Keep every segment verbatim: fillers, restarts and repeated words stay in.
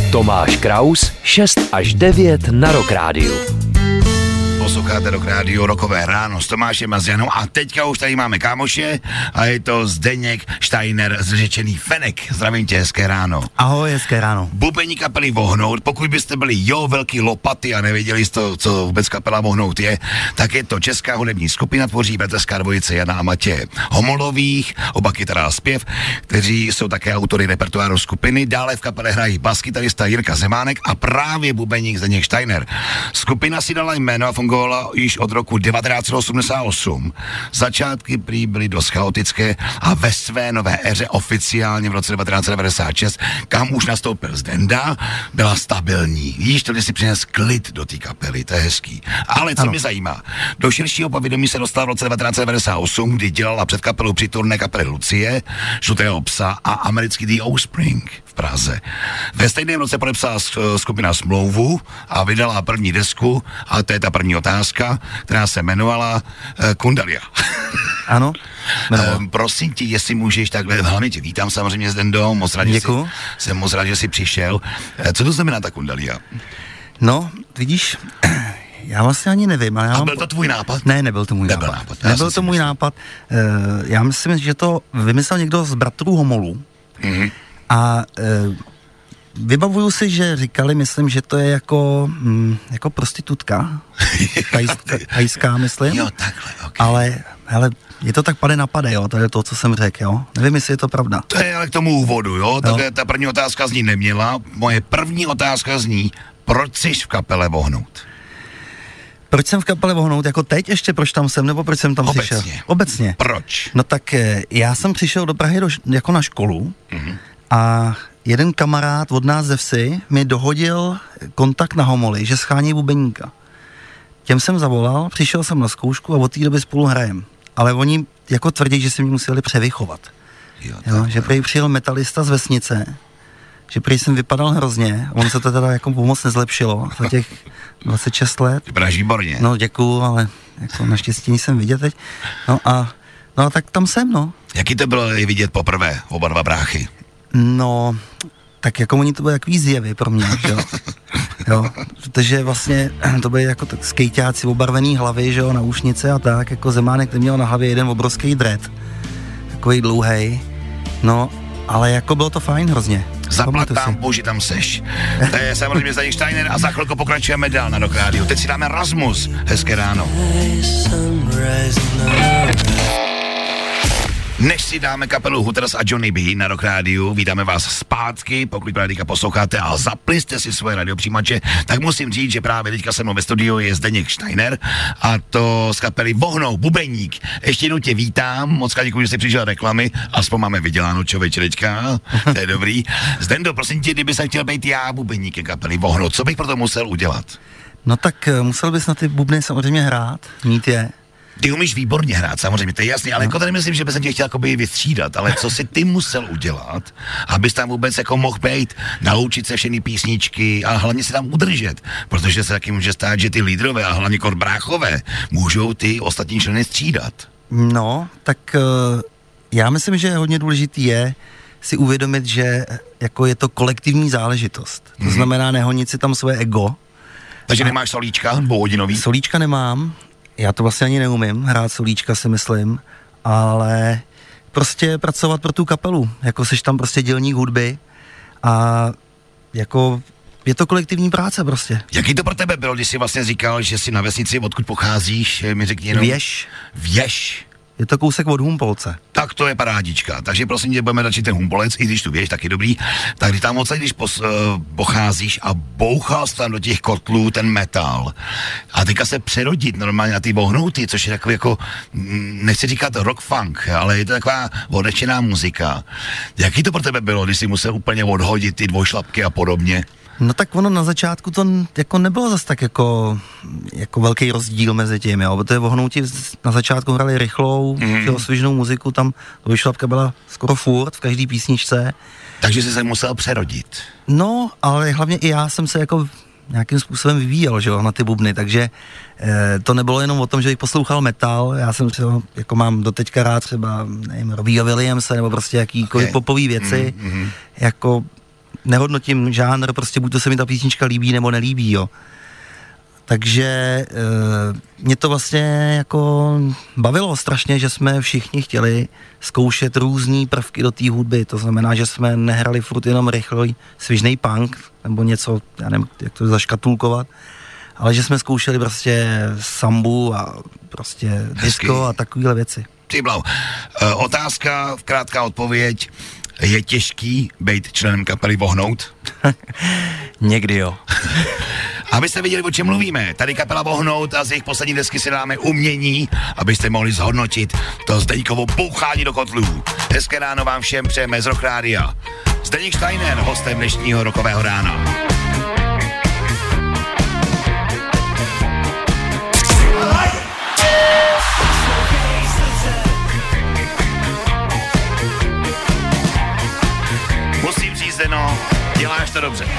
Tomáš Kraus, šest až devět na Rock Rádiu. Posloucháte Rock Rádio, Rockové ráno s Tomášem a s Janou a teďka už tady máme kámoše a je to Zdeněk Steiner, zřečený Fenek. Zdravím tě, hezké ráno. Ahoj, hezké ráno. Bubení kapely Vohnout, pokud byste byli jo velký lopaty a nevěděli jste, co vůbec kapela Vohnout je, tak je to česká hudební skupina, tvoří bratrská dvojice Jana a Matěje Homolových, oba kytara a zpěv, kteří jsou také autory repertoáru skupiny. Dále v kapele hrají baskytarista Jirka Zemánek a právě bubeník Zdeněk Steiner. Skupina si dala jméno a fungovala již od roku devatenáct osmdesát osm. Začátky prý byly dost chaotické a ve své nové éře oficiálně v roce devatenáct devadesát šest, kam už nastoupil Zdenda, byla stabilní. Víš, to si přines klid do té kapely, to je hezký. Ale co ano. mě zajímá, do širšího povědomí se dostal v roce devatenáct devadesát osm, kdy dělala před kapelou při turné kapely Lucie, Žlutého psa a americký The Offspring v Praze. Ve stejném roce podepsala skupina smlouvu a vydala první desku a to je ta první otázka, která se jmenovala uh, Kundalia. Ano. um, prosím tě, jestli můžeš takhle, hlavně tě vítám samozřejmě Zdendo, moc rád, že jsi, jsem moc rád, že jsi přišel. Uh, co to znamená ta Kundalia? No, vidíš, já vlastně ani nevím. Ale já a mám... byl to tvůj nápad? Ne, nebyl to můj nebyl nápad. nápad. Nebyl to můj myslím. nápad. Uh, já myslím, že to vymyslel někdo z bratrů Homolů. Mm-hmm. A uh, vybavuju si, že říkali, myslím, že to je jako, hm, jako prostitutka, tajská, tajská, myslím. Jo, takhle, okay. Ale, hele, je to tak pade na pade, jo, to je to, co jsem řekl, jo. Nevím, jestli je to pravda. To je ale k tomu úvodu, jo, no. Tak ta první otázka zní neměla. Moje první otázka zní, proč jsi v kapele Vohnout? Proč jsem v kapele Vohnout, jako teď ještě, proč tam jsem, nebo proč jsem tam Obecně. přišel? Obecně. Proč? No tak já jsem přišel do Prahy do, jako na školu mm-hmm. a jeden kamarád od nás ze vsi mi dohodil kontakt na Homoly, že schání bubeníka. Těm jsem zavolal, přišel jsem na zkoušku a od té doby spolu hrajem. Ale oni jako tvrdí, že si mě museli převychovat. Jo, jo, že prý přijel metalista z vesnice, že prý jsem vypadal hrozně, on se to teda jako moc nezlepšilo za těch dvacet šest let. Vypadáš výborně. No děkuju, ale jako naštěstí nejsem vidět teď. No a, no a tak tam jsem, no. Jaký to bylo vidět poprvé, oba dva bráchy? No, tak jako oni to byly takový zjevy pro mě, že jo. Jo, protože vlastně to byly jako tak skejťáci, obarvený hlavy, že jo, na ušnice a tak, jako Zemánek měl na hlavě jeden obrovský dread, takový dlouhej, no, ale jako bylo to fajn hrozně. Zaplať pámbu, že tam seš. To je samozřejmě Zdeněk Steiner a za chvilku pokračujeme dál na Rock Rádiu. Teď si dáme Rasmus. Hezké ráno. Než si dáme kapelu Hooters a Johnny B na Rock Rádiu, vítáme vás zpátky, pokud právě teďka posloucháte a zapli jste si svoje radiopřijímače, tak musím říct, že právě teďka se mnou ve studiu je Zdeněk Steiner a to z kapely Vohnout, bubeník. Ještě jednou tě vítám, moc krát děkuji, že jsi přišel reklamy, aspoň máme vyděláno člověčečka, to je dobrý. Zdendo, prosím tě, kdyby se chtěl být já bubeníkem kapely Vohnout, co bych pro to musel udělat? No tak musel bys na ty bubny samozřejmě hrát, mít je. Ty umíš výborně hrát, samozřejmě, to je jasný, ale no. Jako tady myslím, že bych tě chtěl jakoby vystřídat, ale co si ty musel udělat, abys tam vůbec jako mohl být, naučit se všechny písničky a hlavně se tam udržet, protože se taky může stát, že ty lídrové a hlavně kor bráchové můžou ty ostatní členy střídat. No, tak uh, já myslím, že hodně důležitý je si uvědomit, že jako je to kolektivní záležitost, to mm-hmm. znamená nehonit si tam svoje ego. Takže a nemáš solíčka, dvouhodinový? Solíčka nemám. Já to vlastně ani neumím, hrát solíčka si myslím, ale prostě pracovat pro tu kapelu, jako seš tam prostě dělník hudby a jako je to kolektivní práce prostě. Jaký to pro tebe bylo, když jsi vlastně říkal, že jsi na vesnici, odkud pocházíš, mi řekni jenom... Věž. Věž. Je to kousek od Humpolce. Tak to je parádička, takže prosím tě, budeme radši ten Humpolec, i když tu věš, tak je dobrý. Tak když tam moc, když pos, uh, pocházíš a bouchal jsi tam do těch kotlů ten metal a teďka se přerodit normálně na ty Vohnouty, což je takový jako, nechci říkat rock funk, ale je to taková odečená muzika. Jaký to pro tebe bylo, když jsi musel úplně odhodit ty dvojšlapky a podobně? No tak ono na začátku to jako nebylo zas tak jako, jako velký rozdíl mezi tím, jo, protože Vohnouti na začátku hrali rychlou, mm. osvěžnou muziku, tam dvojšlapka byla skoro furt v každý písničce. Takže jsi se musel přerodit. No, ale hlavně i já jsem se jako nějakým způsobem vyvíjel, že jo, na ty bubny, takže e, to nebylo jenom o tom, že bych poslouchal metal, já jsem třeba, jako mám doteďka rád třeba, nevím, Robbieho Williamse, nebo prostě jakýkoliv okay. popový věci, mm, mm. jako nehodnotím žánr, prostě buď to se mi ta písnička líbí, nebo nelíbí, jo. Takže e, mě to vlastně jako bavilo strašně, že jsme všichni chtěli zkoušet různý prvky do té hudby, to znamená, že jsme nehrali furt jenom rychlý svižnej punk, nebo něco, já nevím, jak to zaškatulkovat, ale že jsme zkoušeli prostě sambu a prostě disco a takovéhle věci. Ty blau, e, otázka, krátká odpověď, je těžký být členem kapely Vohnout? Někdy jo. Abyste viděli, o čem mluvíme, tady kapela Vohnout a z jejich poslední desky si dáme umění, abyste mohli zhodnotit to Zdeňkovo bouchání do kotlů. Hezké ráno vám všem přejeme z Rock Rádia. Zdeněk Steiner, hostem dnešního rokového rána. Musím říct, no, děláš to dobře.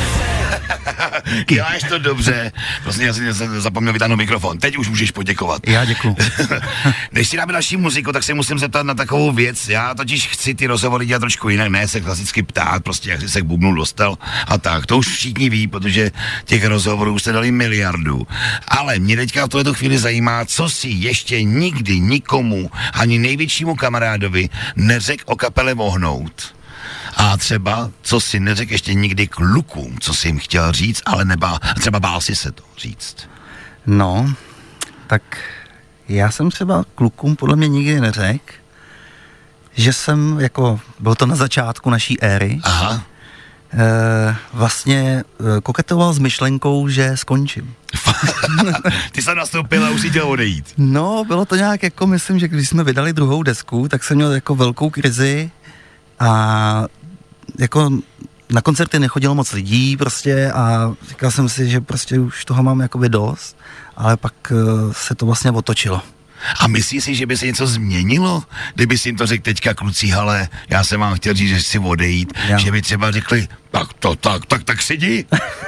Děláš to dobře. Prostě já si zapomněl vytáhnout mikrofon. Teď už můžeš poděkovat. Já děkuju. Než si dáme další muziku, tak se musím zeptat na takovou věc. Já totiž chci ty rozhovory dělat trošku jinak, ne se klasicky ptát, prostě jak jsi se k bubnu dostal a tak. To už všichni ví, protože těch rozhovorů už jste dali miliardu. Ale mě teďka v tuhle chvíli zajímá, co si ještě nikdy nikomu, ani největšímu kamarádovi neřekl o kapele Vohnout. A třeba, co si neřekl ještě nikdy klukům, co si jim chtěl říct, ale nebá, třeba bál si se to říct. No, tak já jsem třeba klukům podle mě nikdy neřekl, že jsem, jako, bylo to na začátku naší éry, Aha. E, vlastně e, koketoval s myšlenkou, že skončím. Ty jsi nastoupil a už si chtěl odejít. No, bylo to nějak jako, myslím, že když jsme vydali druhou desku, tak jsem měl jako velkou krizi a jako na koncerty nechodilo moc lidí prostě a říkal jsem si, že prostě už toho mám jakoby dost, ale pak uh, se to vlastně otočilo. A myslíš si, že by se něco změnilo? Kdyby si jim to řekl teďka kluci, ale já jsem vám chtěl říct, že si odejít, já. Že by třeba řekli, tak to, tak, tak, tak si jdi.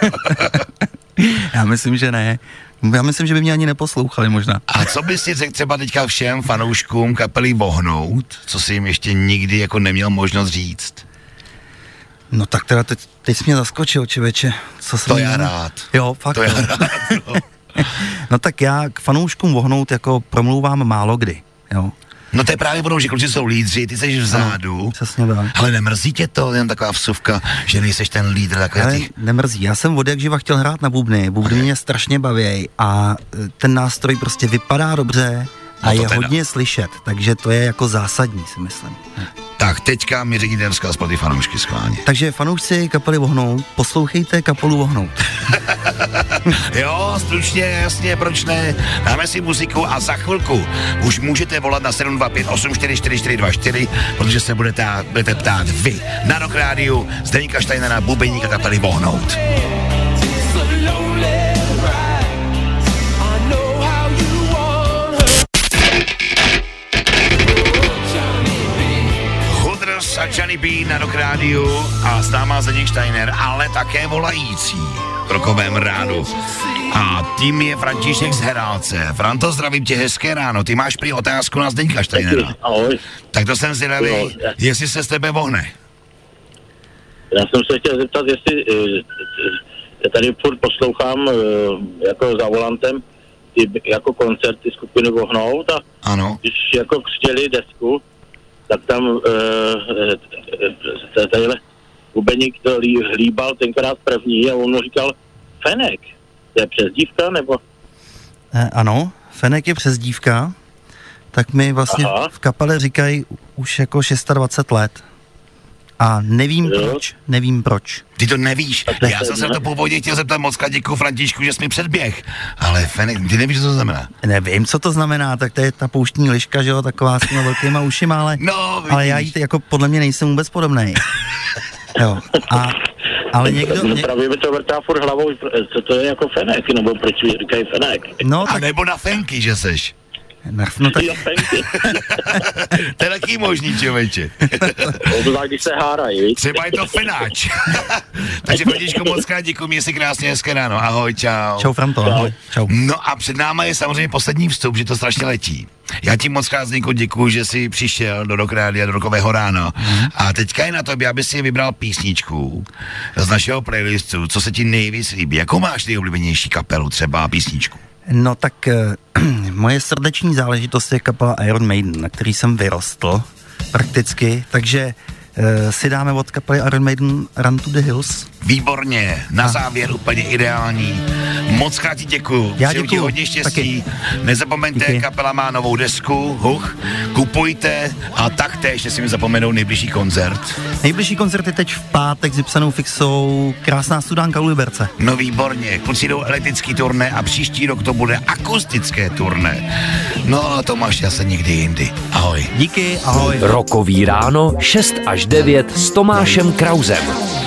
Já myslím, že ne. Já myslím, že by mě ani neposlouchali možná. A co bys si řekl třeba teďka všem fanouškům kapely Vohnout, co si jim ještě nikdy jako neměl možnost říct? No tak teda teď, teď jsi mě zaskočil, člověče. Co to já rád. Jo, fakt. To já rád, no. No tak já k fanouškům Vohnout jako promlouvám málo kdy, jo. No to je právě ono, že kluci jsou lídři, ty jsi vzadu. No, přesně tak. Ale nemrzí tě to, jen taková vsuvka, že nejseš ten lídr takový těch... Nemrzí, já jsem od jak živa chtěl hrát na bubny, bubny okay. Mě strašně baví a ten nástroj prostě vypadá dobře a no je teda hodně slyšet, takže to je jako zásadní, si myslím. Tak, teďka mi řekněte vzkaz pro ty fanoušky schválně. Takže fanoušci kapely Vohnout, poslouchejte kapelu Vohnout. Jo, stručně, jasně, proč ne? Dáme si muziku a za chvilku už můžete volat na sedm dva pět osm čtyři čtyři čtyři dva čtyři, protože se budete, budete ptát vy na Rock Rádiu Zdeňka Steinera, bubeníka kapely Vohnout. A Johnny B na Rock Rádiu a s náma Zdeněk Steiner, ale také volající v rokovém rádu. A tím je František z Herálce. Franto, zdravím tě, hezké ráno. Ty máš prý otázku na Zdeňka Steinera. Ahoj. Tak to jsem zvědavý, jestli se s tebe vohne. Já jsem se chtěl zeptat, jestli já tady furt poslouchám jako za volantem jako koncerty skupiny Vohnout a ano. Když jako chtěli desku, tak tam uh, tadyhle bubeník to hlíbal tenkrát první a on mu říkal Fenek, to je přezdívka, nebo? Eh, ano, Fenek je přezdívka, tak mi vlastně Aha. v kapele říkají už jako dvacet šest let. A nevím jo. proč, nevím proč. Ty to nevíš, já jsem se to původně chtěl zeptat, moc děkuju Františku, že jsi mi předběh, ale Fenek, ty nevíš, co to znamená. Nevím, co to znamená, tak to je ta pouštní liška, že jo, taková s těma velkýma ušima, ale, no, ale já jí jako podle mě nejsem vůbec podobnej. Jo, a, ale někdo... No právě mi to vrtá furt hlavou, co to je jako Fenek, nebo proč mi říkají Fenek. No, tak... A nebo na Fenky, že seš. No tak... To je taky možný, člověče. To tak, když se hárají, víš? Třeba je to fenáč. Takže Františku, moc krát děkuji, mě si krásně hezké ráno. Ahoj, čau. Čau, Franto, ahoj. Čau. No a před náma je samozřejmě poslední vstup, že to strašně letí. Já ti moc krát, Zdenku, děkuji, že jsi přišel do Rock Rádia, do Rockového rána. Mm. A teďka je na tobě, aby si vybral písničku z našeho playlistu, co se ti nejvíc líbí. Jakou máš nejoblíbenější kapelu, třeba písničku? No tak uh, moje srdeční záležitost je kapela Iron Maiden, na který jsem vyrostl prakticky, takže uh, si dáme od kapely Iron Maiden Run to the Hills. Výborně, na závěr úplně ideální. Moc krát ti děkuju. Já Přeju ti děkuju. hodně štěstí. Taky. Nezapomeňte, Díky. kapela má novou desku, huch, kupujte a taktéž, jestli mi zapomenou nejbližší koncert. Nejbližší koncert je teď v pátek s Vypsanou fixou Krásná studánka u Liberce. No výborně, kluci jdou elektrický turné a příští rok to bude akustické turné. No to máš asi někdy jindy. Ahoj. Díky, ahoj. Rockový ráno šest až devět s Tomášem Krausem.